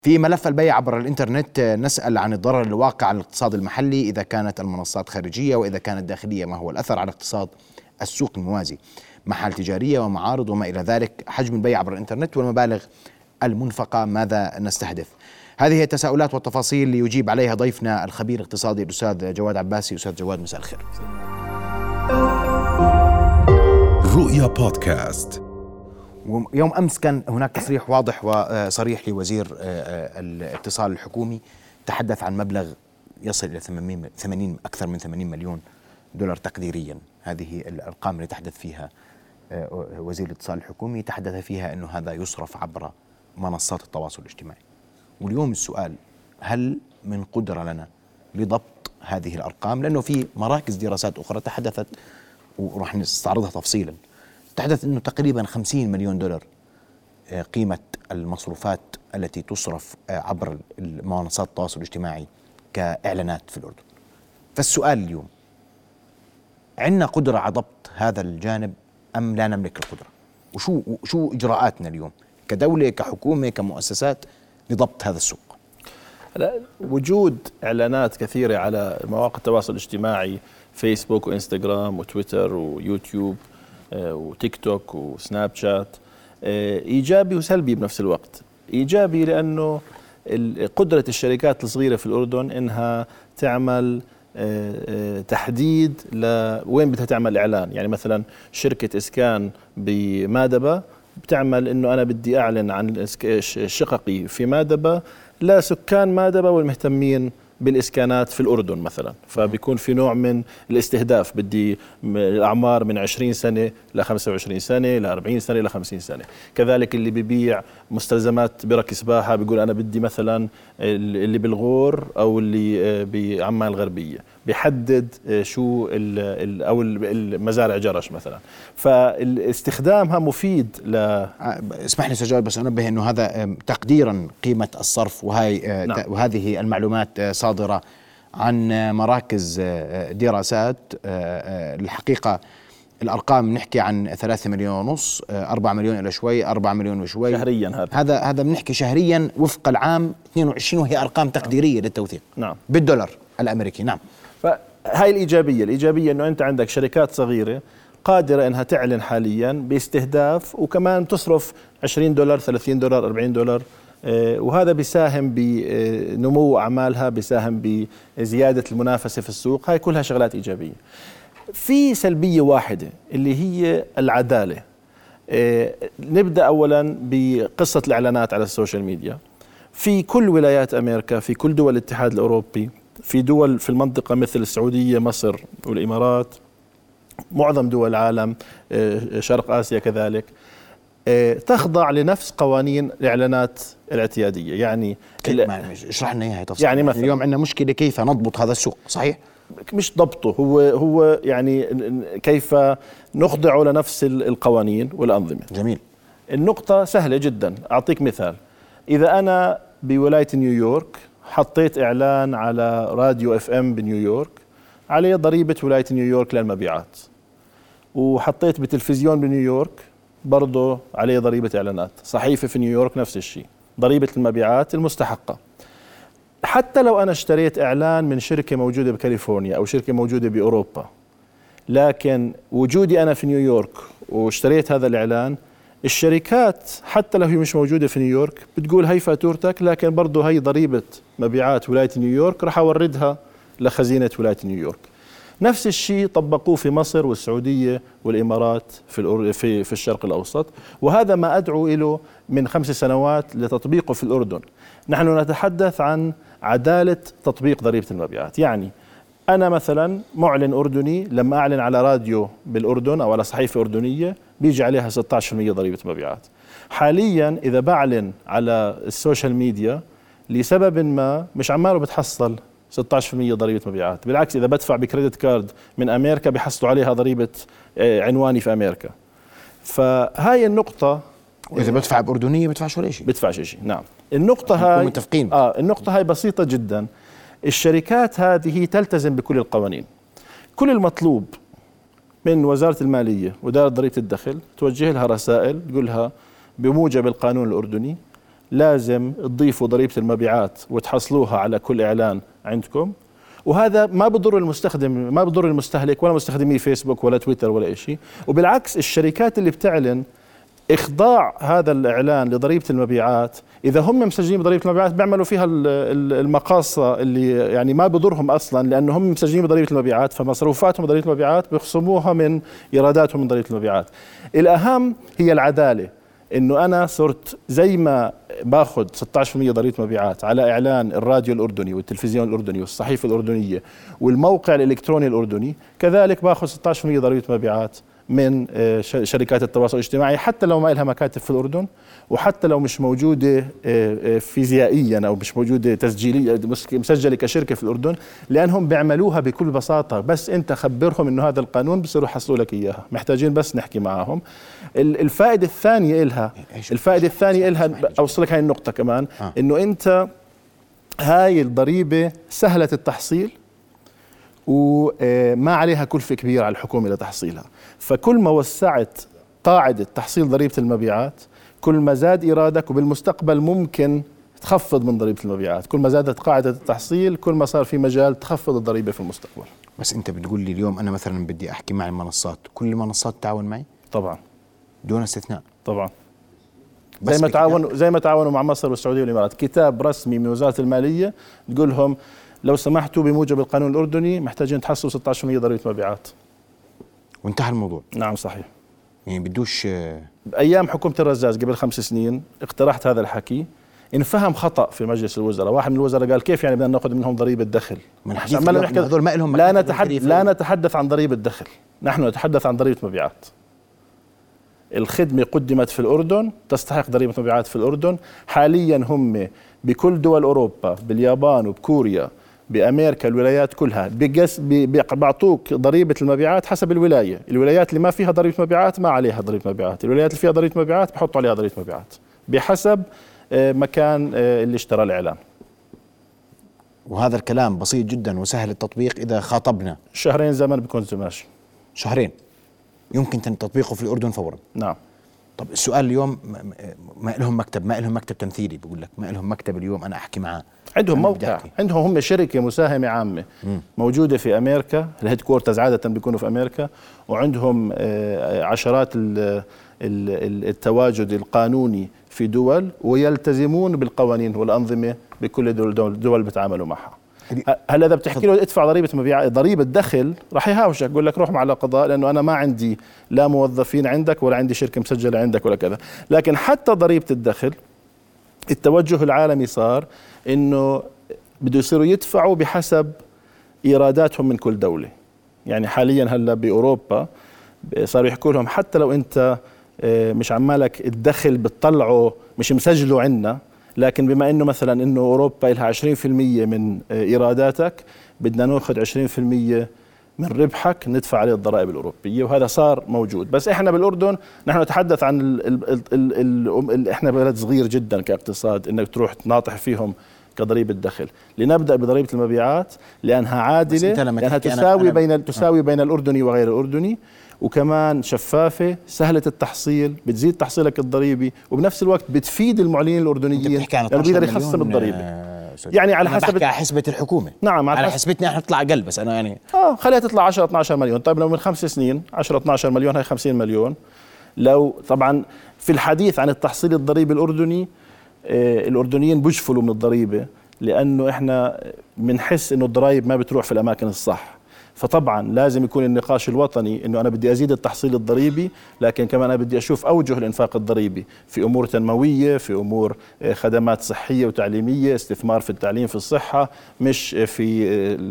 في ملف البيع عبر الإنترنت نسأل عن الضرر الواقع على الاقتصاد المحلي إذا كانت المنصات خارجية، وإذا كانت داخلية ما هو الأثر على اقتصاد السوق الموازي، محال تجارية ومعارض وما إلى ذلك، حجم البيع عبر الإنترنت والمبالغ المنفقة ماذا نستهدف. هذه هي التساؤلات والتفاصيل اللي يجيب عليها ضيفنا الخبير الاقتصادي الأستاذ جواد عباسي. أستاذ جواد، مساء الخير. رؤيا بودكاست. يوم أمس كان هناك تصريح واضح وصريح لوزير الاتصال الحكومي، تحدث عن مبلغ يصل إلى 80 أكثر من 80 مليون دولار تقديريا. هذه الأرقام اللي تحدث فيها وزير الاتصال الحكومي، تحدث فيها أنه هذا يصرف عبر منصات التواصل الاجتماعي. واليوم السؤال، هل من قدرة لنا لضبط هذه الأرقام؟ لأنه في مراكز دراسات أخرى تحدثت، ورح نستعرضها تفصيلا، تحدث أنه تقريبا 50 مليون دولار قيمة المصروفات التي تصرف عبر منصات التواصل الاجتماعي كإعلانات في الأردن. فالسؤال اليوم، عندنا قدرة على ضبط هذا الجانب أم لا نملك القدرة؟ وشو إجراءاتنا اليوم كدولة كحكومة كمؤسسات لضبط هذا السوق؟ وجود إعلانات كثيرة على مواقع التواصل الاجتماعي، فيسبوك وإنستغرام وتويتر ويوتيوب وتيك توك وسناب شات، إيجابي وسلبي بنفس الوقت. إيجابي لأنه قدرة الشركات الصغيرة في الأردن إنها تعمل تحديد لوين بدها تعمل إعلان. يعني مثلا شركة إسكان بمادبة بتعمل إنه أنا بدي أعلن عن شققي في مادبة لسكان مادبة والمهتمين بالإسكانات في الأردن مثلا، فبيكون في نوع من الاستهداف، بدي الأعمار من 20 سنة ل 25 سنة ل 40 سنة ل 50 سنة. كذلك اللي بيبيع مستلزمات برك سباحة بيقول أنا بدي مثلا اللي بالغور أو اللي بعمان الغربية، بيحدد شو أو المزارع جرش مثلا. فالاستخدامها مفيد اسمح لي سجاد، بس أنبه أنه هذا تقديرا قيمة الصرف، نعم. وهذه المعلومات صادرة عن مراكز دراسات. الحقيقة الأرقام نحكي عن 3 مليون ونص، 4 مليون إلى شوي، 4 مليون وشوي شهريا. هذا بنحكي شهريا وفق العام 22، وهي أرقام تقديرية للتوثيق. نعم. بالدولار الأمريكي. نعم. فهاي الإيجابية أنه أنت عندك شركات صغيرة قادرة أنها تعلن حاليا باستهداف، وكمان تصرف $20 $30 $40، وهذا بيساهم بنمو أعمالها، بيساهم بزيادة المنافسة في السوق. هاي كلها شغلات إيجابية. في سلبية واحدة اللي هي العدالة. نبدأ أولا بقصة الإعلانات على السوشيال ميديا. في كل ولايات أمريكا، في كل دول الاتحاد الأوروبي، في دول في المنطقة مثل السعودية، مصر والإمارات، معظم دول العالم، شرق آسيا كذلك، تخضع لنفس قوانين الإعلانات الاعتيادية. يعني اشرح لنا اياها تفصيل. يعني مثلا اليوم عندنا مشكلة كيف نضبط هذا السوق، صحيح؟ مش ضبطه، هو يعني كيف نخضعه لنفس القوانين والأنظمة. جميل. النقطة سهلة جدا. أعطيك مثال. إذا أنا بولاية نيويورك حطيت إعلان على راديو FM بنيويورك عليه ضريبة ولاية نيويورك للمبيعات، وحطيت بتلفزيون بنيويورك برضو عليه ضريبة إعلانات، صحيفة في نيويورك نفس الشيء، ضريبة المبيعات المستحقة. حتى لو أنا اشتريت إعلان من شركة موجودة بكاليفورنيا أو شركة موجودة بأوروبا، لكن وجودي أنا في نيويورك واشتريت هذا الإعلان، الشركات حتى لو هي مش موجودة في نيويورك بتقول هي فاتورتك، لكن برضو هي ضريبة مبيعات ولاية نيويورك رح أوردها لخزينة ولاية نيويورك. نفس الشيء طبقوه في مصر والسعودية والإمارات في الشرق الأوسط، وهذا ما أدعو إليه من 5 سنوات لتطبيقه في الأردن. نحن نتحدث عن عدالة تطبيق ضريبة المبيعات. يعني أنا مثلا معلن أردني، لما أعلن على راديو بالأردن أو على صحيفة أردنية بيجي عليها 16% ضريبة مبيعات. حاليا إذا بعلن على السوشيال ميديا لسبب ما مش عماله بتحصل 16% ضريبة مبيعات، بالعكس إذا بدفع بكريدت كارد من أمريكا بيحصلوا عليها ضريبة عنواني في أمريكا. فهاي النقطة. وإذا بدفع بأردنية بدفعش ولا شيء. بدفعش شيء. نعم. النقطة هاي متفقين. النقطة هاي بسيطة جدا. الشركات هذه تلتزم بكل القوانين. كل المطلوب من وزارة المالية وإدارة ضريبة الدخل توجه لها رسائل تقول لها بموجب القانون الأردني لازم تضيفوا ضريبة المبيعات وتحصلوها على كل إعلان عندكم، وهذا ما بضر المستخدم، ما بضر المستهلك ولا مستخدمي فيسبوك ولا تويتر ولا شيء. وبالعكس الشركات اللي بتعلن إخضاع هذا الإعلان لضريبة المبيعات، إذا هم مسجلين بضريبة المبيعات بيعملوا فيها المقاصة اللي يعني ما بضرهم أصلا، لأنه هم مسجلين بضريبة المبيعات، فمصروفاتهم بضريبة المبيعات بيخصموها من إيراداتهم من ضريبة المبيعات. الأهم هي العدالة، إنه أنا صرت زي ما باخذ 16% ضريبة مبيعات على إعلان الراديو الأردني والتلفزيون الأردني والصحيفة الأردنية والموقع الإلكتروني الأردني، كذلك باخذ 16% ضريبة مبيعات من شركات التواصل الاجتماعي، حتى لو ما لها مكاتب في الأردن، وحتى لو مش موجودة فيزيائيا أو مش موجودة تسجيلية مسجلة كشركة في الأردن، لأنهم بيعملوها بكل بساطة. بس أنت خبرهم إنه هذا القانون بصيروا يحصلوا لك إياها، محتاجين بس نحكي معهم. الفائدة الثانية إلها، أوصلك هاي النقطة كمان، إنه أنت هاي الضريبة سهلة التحصيل وما عليها كلفة كبيرة على الحكومة لتحصيلها. فكل ما وسعت قاعدة تحصيل ضريبة المبيعات كل ما زاد إيرادك، وبالمستقبل ممكن تخفض من ضريبة المبيعات. كل ما زادت قاعدة التحصيل كل ما صار في مجال تخفض الضريبة في المستقبل. بس أنت بتقول لي اليوم أنا مثلا بدي أحكي مع المنصات، كل المنصات تعاون معي؟ طبعا دون استثناء. طبعا زي ما تعاونوا مع مصر والسعودية والإمارات. كتاب رسمي من وزارة المالية تقول لهم لو سمحتوا بموجب القانون الأردني محتاجين تحصلوا 16% ضريبة مبيعات، وانتهى الموضوع. نعم صحيح. يعني بدوش. بأيام حكومة الرزاز قبل 5 سنين اقترحت هذا الحكي، انفهم خطأ في مجلس الوزراء. واحد من الوزراء قال كيف يعني بدنا ناخذ منهم ضريبة دخل؟ من حديث هذول ما لهم. لا نتحدث عن ضريبة دخل، نحن نتحدث عن ضريبة مبيعات. الخدمة قدمت في الأردن تستحق ضريبة مبيعات في الأردن. حاليا هم بكل دول أوروبا، باليابان وبكوريا بأمريكا الولايات كلها بيعطوك ضريبة المبيعات حسب الولاية. الولايات اللي ما فيها ضريبة مبيعات ما عليها ضريبة مبيعات، الولايات اللي فيها ضريبة مبيعات بحطوا عليها ضريبة مبيعات بحسب مكان اللي اشترى الإعلان. وهذا الكلام بسيط جدا وسهل التطبيق إذا خاطبنا. 2 شهر زمن بيكون ماشي. 2 شهر يمكن تطبيقه في الأردن فورا. نعم. طب السؤال اليوم، ما لهم مكتب تمثيلي، بقول لك ما لهم مكتب اليوم أنا أحكي معاه. عندهم موقع، عندهم هم شركة مساهمة عامة موجودة في أمريكا، الهيد كوارترز عادة بيكونوا في أمريكا، وعندهم عشرات التواجد القانوني في دول، ويلتزمون بالقوانين والأنظمة بكل دول بيتعاملوا معها. هلا إذا بتحكي له ادفع ضريبة مبيعات، ضريبة دخل، راح يهاوشك، يقول لك روح مع القضاء لأنه أنا ما عندي لا موظفين عندك ولا عندي شركة مسجلة عندك ولا كذا. لكن حتى ضريبة الدخل التوجه العالمي صار إنه بده يصيروا يدفعوا بحسب إيراداتهم من كل دولة. يعني حاليا هلا بأوروبا صاروا يحكوا لهم حتى لو أنت مش عمالك الدخل بتطلعه مش مسجله عنا، لكن بما انه مثلا انه اوروبا لها 20% من ايراداتك، بدنا ناخذ 20% من ربحك ندفع عليه الضرائب الاوروبيه، وهذا صار موجود. بس احنا بالاردن نحن نتحدث عن احنا بلد صغير جدا كاقتصاد، انك تروح تناطح فيهم كضريبه دخل. لنبدا بضريبه المبيعات لانها عادله، لانها تساوي بين الاردني وغير الاردني، وكمان شفافة، سهلة التحصيل، بتزيد تحصيلك الضريبي، وبنفس الوقت بتفيد المعلنين الأردنيين لأنه بيقدر يخصم الضريبة. يعني على حسب حسبة الحكومة. نعم على حسبتنا احنا نطلع أقل، بس أنا يعني خليها تطلع 10-12 مليون. طيب لو من 5 سنين 10-12 مليون هي 50 مليون. لو طبعا في الحديث عن التحصيل الضريبي الأردني، الأردنيين بيجفلوا من الضريبة لأنه احنا بنحس إنه الضرائب ما بتروح في الأماكن الصح. فطبعا لازم يكون النقاش الوطني انه انا بدي ازيد التحصيل الضريبي، لكن كمان انا بدي اشوف اوجه الانفاق الضريبي في امور تنمويه، في امور خدمات صحيه وتعليميه، استثمار في التعليم في الصحه، مش في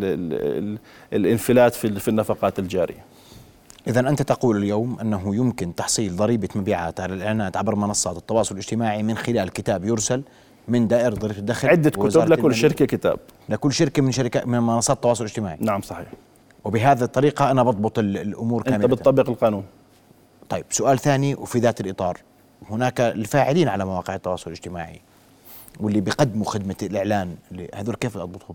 الانفلات في النفقات الجاريه. اذا انت تقول اليوم انه يمكن تحصيل ضريبه مبيعات على الاعلانات عبر منصات التواصل الاجتماعي من خلال كتاب يرسل من دائرة ضريبة الدخل، عدة كتب لكل شركة، كتاب لكل شركة من منصات التواصل الاجتماعي. نعم صحيح. وبهذه الطريقة أنا بضبط الأمور كاملة. أنت بتطبق القانون. طيب سؤال ثاني وفي ذات الإطار، هناك الفاعلين على مواقع التواصل الاجتماعي واللي بيقدموا خدمة الإعلان، هذول كيف أضبطهم؟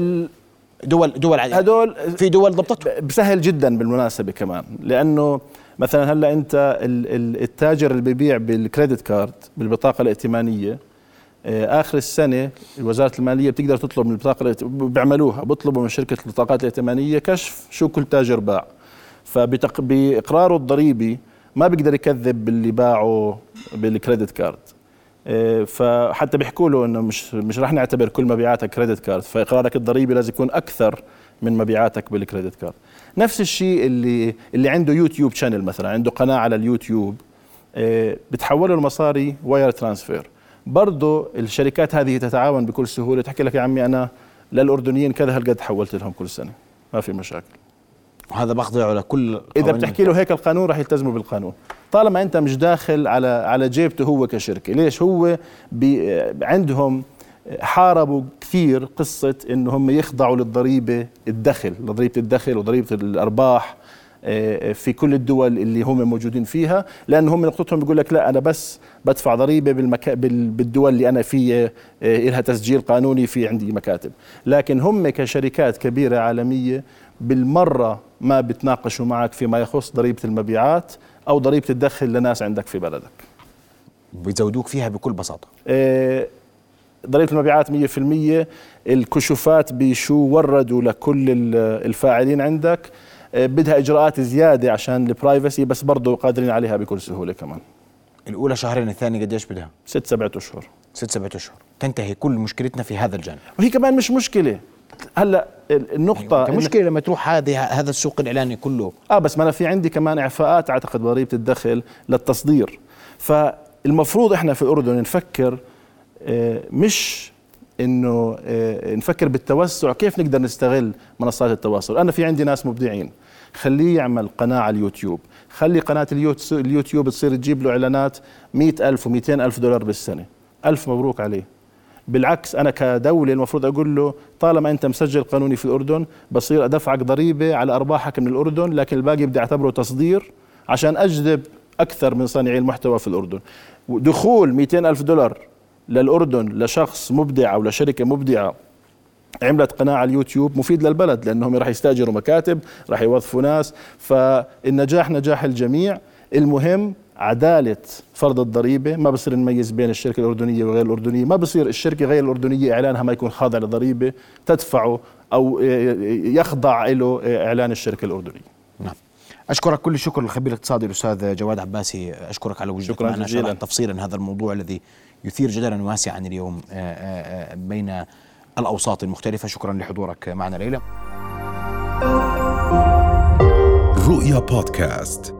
دول هدول في دول ضبطتهم بسهل جدا بالمناسبة كمان، لأنه مثلا هلا انت التاجر اللي بيبيع بالكريدت كارد بالبطاقه الائتمانيه، اخر السنه وزاره الماليه بتقدر تطلب من البطاقه، بيعملوها بيطلبوا من شركه البطاقات الائتمانيه كشف شو كل تاجر باع، فباقراره الضريبي ما بيقدر يكذب باللي باعه بالكريدت كارد. فحتى بيحكوا له انه مش راح نعتبر كل مبيعاتك كريدت كارد، فاقرارك الضريبي لازم يكون اكثر من مبيعاتك بالكريدت كارد. نفس الشيء اللي عنده يوتيوب شانل، مثلا عنده قناه على اليوتيوب، بتحوله المصاري واير ترانسفير، برضه الشركات هذه تتعاون بكل سهوله، تحكي لك يا عمي انا للاردنيين كذا هالقد حولت لهم كل سنه، ما في مشاكل. وهذا بخضع على كل اذا بتحكي له هيك القانون راح يلتزموا بالقانون، طالما انت مش داخل على جيبته هو كشركه. ليش؟ هو عندهم حاربوا كثير قصه انه هم يخضعوا للضريبه الدخل، لضريبه الدخل وضريبه الارباح في كل الدول اللي هم موجودين فيها، لأن هم نقطتهم بيقول لك لا أنا بس بدفع ضريبة بالدول اللي أنا في لها تسجيل قانوني في عندي مكاتب، لكن هم كشركات كبيرة عالمية بالمرة ما بتناقشوا معك فيما يخص ضريبة المبيعات أو ضريبة الدخل لناس عندك في بلدك، بيزودوك فيها بكل بساطة. ضريبة المبيعات 100%، الكشوفات بشو وردوا لكل الفاعلين عندك، بدها إجراءات زيادة عشان البرايفسي بس برضو قادرين عليها بكل سهولة. كمان الأولى شهرين، الثانية قديش بدها؟ 6-7 أشهر. 6-7 أشهر تنتهي كل مشكلتنا في هذا الجانب. وهي كمان مش مشكلة هلا النقطة يعني مشكلة لما تروح هذا السوق الإعلاني كله. بس ما أنا في عندي كمان إعفاءات أعتقد ضريبة الدخل للتصدير، فالمفروض إحنا في الأردن نفكر مش إنه نفكر بالتوسع، كيف نقدر نستغل منصات التواصل. أنا في عندي ناس مبدعين، خليه يعمل قناة على اليوتيوب، خلي قناة اليوتيوب تصير تجيب له إعلانات 100,000 و200,000 دولار بالسنة، ألف مبروك عليه. بالعكس أنا كدولة المفروض أقول له طالما أنت مسجل قانوني في الأردن بصير أدفعك ضريبة على أرباحك من الأردن، لكن الباقي بدي أعتبره تصدير عشان أجذب أكثر من صانعي المحتوى في الأردن. دخول 200,000 دولار للأردن لشخص مبدع أو لشركة مبدعة عملت قناة على اليوتيوب مفيد للبلد، لأنهم راح يستأجروا مكاتب، راح يوظفوا ناس، فالنجاح نجاح الجميع. المهم عدالة فرض الضريبة، ما بصير نميز بين الشركة الأردنية وغير الأردنية، ما بصير الشركة غير الأردنية إعلانها ما يكون خاضع لضريبة تدفعه أو يخضع له إعلان الشركة الأردنية. نعم. أشكرك كل الشكر للخبير الاقتصادي الأستاذ جواد عباسي، أشكرك على وجودك معنا، شرحت تفصيلا هذا الموضوع الذي يثير جدلا واسعا اليوم بين الأوساط المختلفة. شكرا لحضورك معنا ليلى. رؤيا بودكاست.